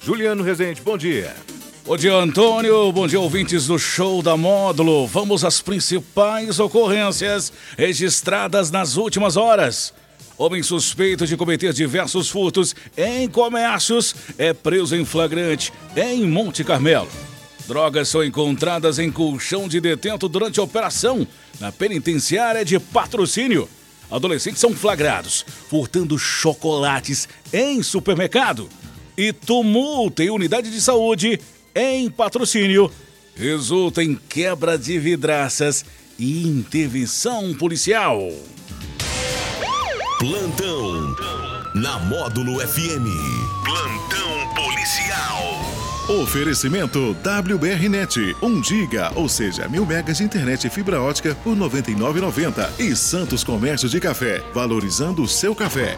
Juliano Rezende, bom dia. Bom dia, Antônio. Bom dia, ouvintes do Show da Módulo. Vamos às principais ocorrências registradas nas últimas horas. Homem suspeito de cometer diversos furtos em comércios é preso em flagrante em Monte Carmelo. Drogas são encontradas em colchão de detento durante a operação na penitenciária de Patrocínio. Adolescentes são flagrados furtando chocolates em supermercado. E tumulto em unidade de saúde em Patrocínio resulta em quebra de vidraças e intervenção policial. Plantão na Módulo FM. Plantão policial. Oferecimento WBRnet, 1 giga, ou seja, 1000 megas de internet e fibra ótica por R$ 99,90. E Santos Comércio de Café, valorizando o seu café.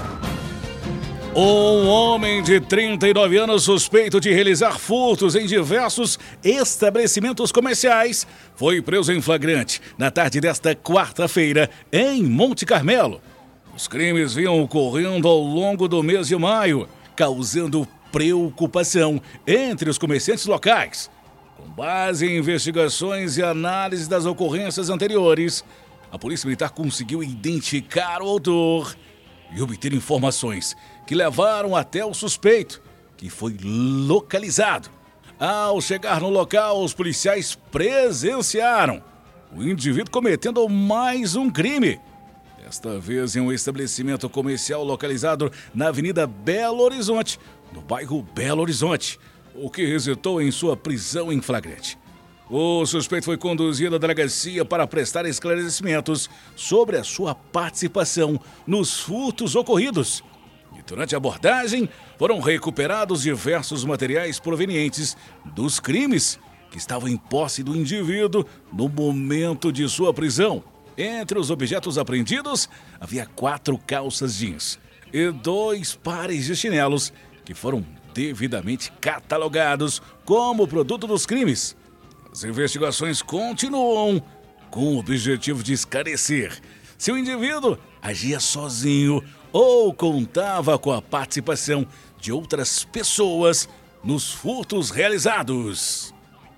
Um homem de 39 anos suspeito de realizar furtos em diversos estabelecimentos comerciais foi preso em flagrante na tarde desta quarta-feira em Monte Carmelo. Os crimes vinham ocorrendo ao longo do mês de maio, causando preocupação entre os comerciantes locais. Com base em investigações e análise das ocorrências anteriores, a Polícia Militar conseguiu identificar o autor e obter informações que levaram até o suspeito, que foi localizado. Ao chegar no local, os policiais presenciaram o indivíduo cometendo mais um crime. Desta vez em um estabelecimento comercial localizado na Avenida Belo Horizonte, no bairro Belo Horizonte, o que resultou em sua prisão em flagrante. O suspeito foi conduzido à delegacia para prestar esclarecimentos sobre a sua participação nos furtos ocorridos. E durante a abordagem, foram recuperados diversos materiais provenientes dos crimes que estavam em posse do indivíduo no momento de sua prisão. Entre os objetos apreendidos, havia 4 calças jeans e 2 pares de chinelos que foram devidamente catalogados como produto dos crimes. As investigações continuam com o objetivo de esclarecer se o indivíduo agia sozinho ou contava com a participação de outras pessoas nos furtos realizados.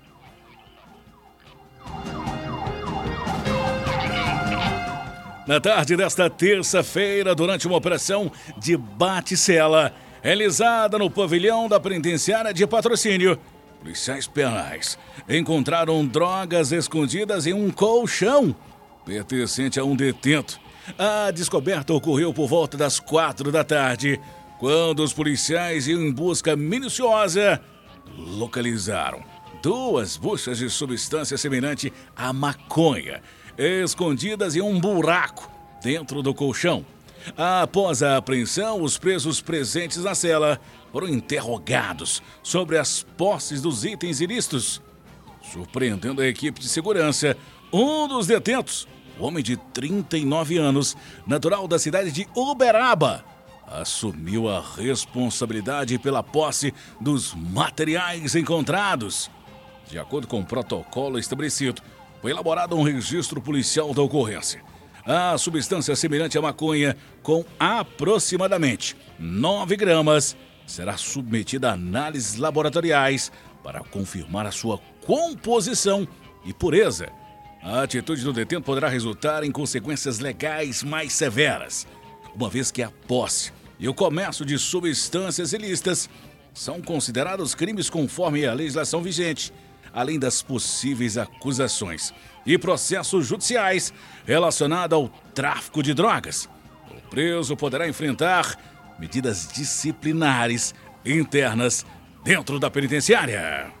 Na tarde desta terça-feira, durante uma operação de bate-cela realizada no pavilhão da penitenciária de Patrocínio, policiais penais encontraram drogas escondidas em um colchão pertencente a um detento. A descoberta ocorreu por volta das 4 da tarde, quando os policiais iam em busca minuciosa, localizaram 2 buchas de substância semelhante à maconha, escondidas em um buraco dentro do colchão. Após a apreensão, os presos presentes na cela foram interrogados sobre as posses dos itens ilícitos. Surpreendendo a equipe de segurança, um dos detentos, um homem de 39 anos, natural da cidade de Uberaba, assumiu a responsabilidade pela posse dos materiais encontrados. De acordo com o protocolo estabelecido, foi elaborado um registro policial da ocorrência. A substância semelhante à maconha, com aproximadamente 9 gramas, será submetida a análises laboratoriais para confirmar a sua composição e pureza. A atitude do detento poderá resultar em consequências legais mais severas, uma vez que a posse e o comércio de substâncias ilícitas são considerados crimes conforme a legislação vigente, além das possíveis acusações e processos judiciais relacionados ao tráfico de drogas. O preso poderá enfrentar medidas disciplinares internas dentro da penitenciária.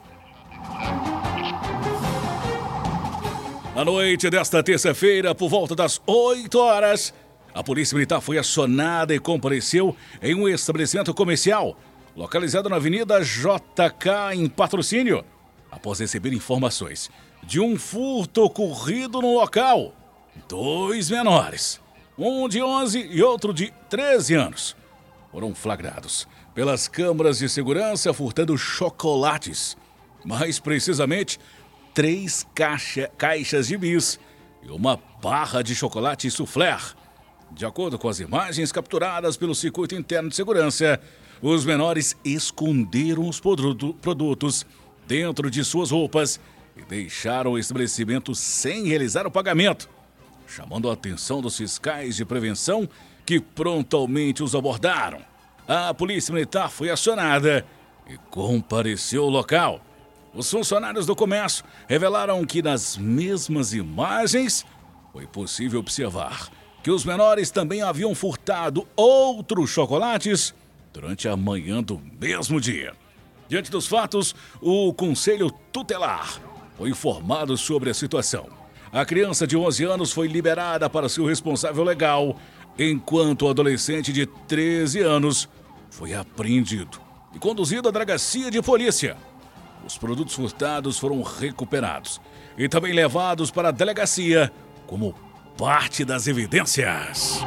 Na noite desta terça-feira, por volta das 8 horas, a Polícia Militar foi acionada e compareceu em um estabelecimento comercial localizado na Avenida JK, em Patrocínio, após receber informações de um furto ocorrido no local. 2 menores, um de 11 e outro de 13 anos, foram flagrados pelas câmaras de segurança furtando chocolates, mais precisamente 3 caixas de bis e uma barra de chocolate soufflé. De acordo com as imagens capturadas pelo circuito interno de segurança, os menores esconderam os produtos dentro de suas roupas e deixaram o estabelecimento sem realizar o pagamento, chamando a atenção dos fiscais de prevenção que prontamente os abordaram. A polícia militar foi acionada e compareceu ao local. Os funcionários do comércio revelaram que nas mesmas imagens foi possível observar que os menores também haviam furtado outros chocolates durante a manhã do mesmo dia. Diante dos fatos, o Conselho Tutelar foi informado sobre a situação. A criança de 11 anos foi liberada para seu responsável legal, enquanto o adolescente de 13 anos foi apreendido e conduzido à delegacia de polícia. Os produtos furtados foram recuperados e também levados para a delegacia como parte das evidências.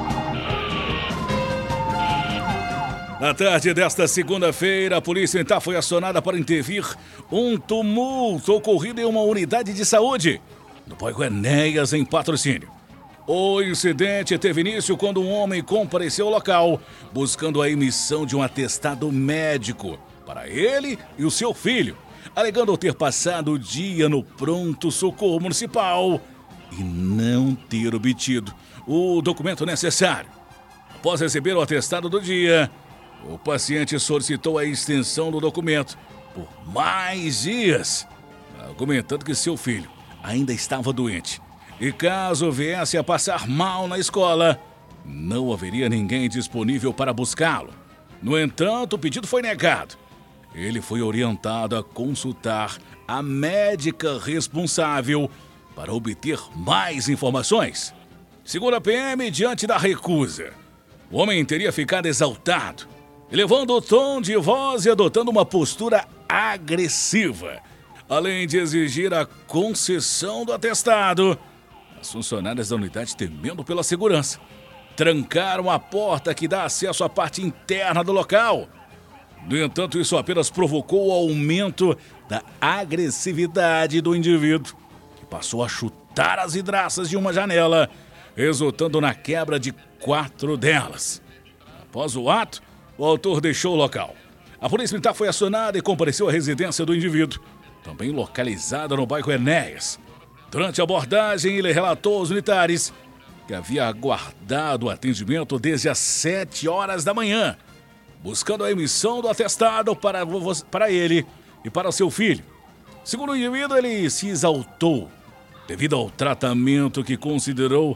Na tarde desta segunda-feira, a polícia militar foi acionada para intervir um tumulto ocorrido em uma unidade de saúde no bairro Enéas, em Patrocínio. O incidente teve início quando um homem compareceu ao local buscando a emissão de um atestado médico para ele e o seu filho, alegando ter passado o dia no pronto-socorro municipal e não ter obtido o documento necessário. Após receber o atestado do dia, o paciente solicitou a extensão do documento por mais dias, argumentando que seu filho ainda estava doente e caso viesse a passar mal na escola, não haveria ninguém disponível para buscá-lo. No entanto, o pedido foi negado. Ele foi orientado a consultar a médica responsável para obter mais informações. Segundo a PM, diante da recusa, o homem teria ficado exaltado, elevando o tom de voz e adotando uma postura agressiva. Além de exigir a concessão do atestado, as funcionárias da unidade, temendo pela segurança, trancaram a porta que dá acesso à parte interna do local. No entanto, isso apenas provocou o aumento da agressividade do indivíduo, que passou a chutar as vidraças de uma janela, resultando na quebra de 4 delas. Após o ato, o autor deixou o local. A polícia militar foi acionada e compareceu à residência do indivíduo, também localizada no bairro Enéas. Durante a abordagem, ele relatou aos militares que havia aguardado o atendimento desde as 7 horas da manhã, buscando a emissão do atestado para ele e para seu filho. Segundo o indivíduo, ele se exaltou devido ao tratamento que considerou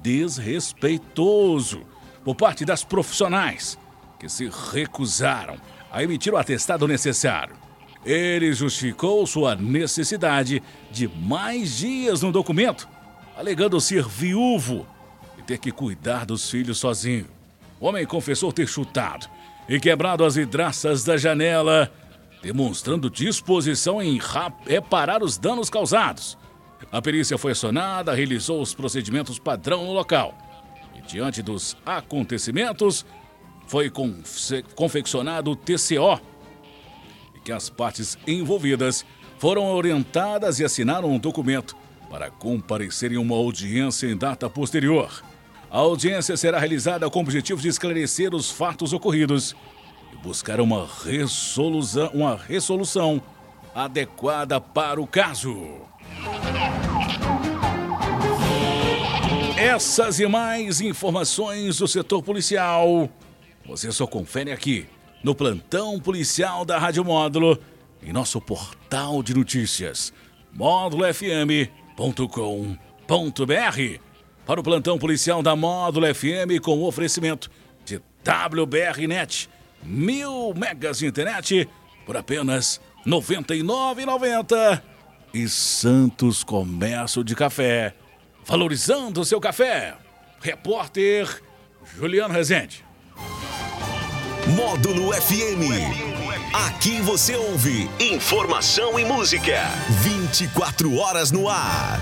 desrespeitoso por parte das profissionais, que se recusaram a emitir o atestado necessário. Ele justificou sua necessidade de mais dias no documento, alegando ser viúvo e ter que cuidar dos filhos sozinho. O homem confessou ter chutado e quebrado as vidraças da janela, demonstrando disposição em reparar os danos causados. A perícia foi acionada, realizou os procedimentos padrão no local. E diante dos acontecimentos, foi confeccionado o TCO, e que as partes envolvidas foram orientadas e assinaram um documento para comparecer em uma audiência em data posterior. A audiência será realizada com o objetivo de esclarecer os fatos ocorridos e buscar uma resolução adequada para o caso. Essas e mais informações do setor policial você só confere aqui no Plantão Policial da Rádio Módulo em nosso portal de notícias módulofm.com.br. Para o Plantão Policial da Módulo FM com o oferecimento de WBRnet, 1000 megas de internet por apenas R$ 99,90. E Santos Comércio de Café, valorizando o seu café. Repórter Juliano Rezende. Módulo FM. Aqui você ouve informação e música. 24 horas no ar.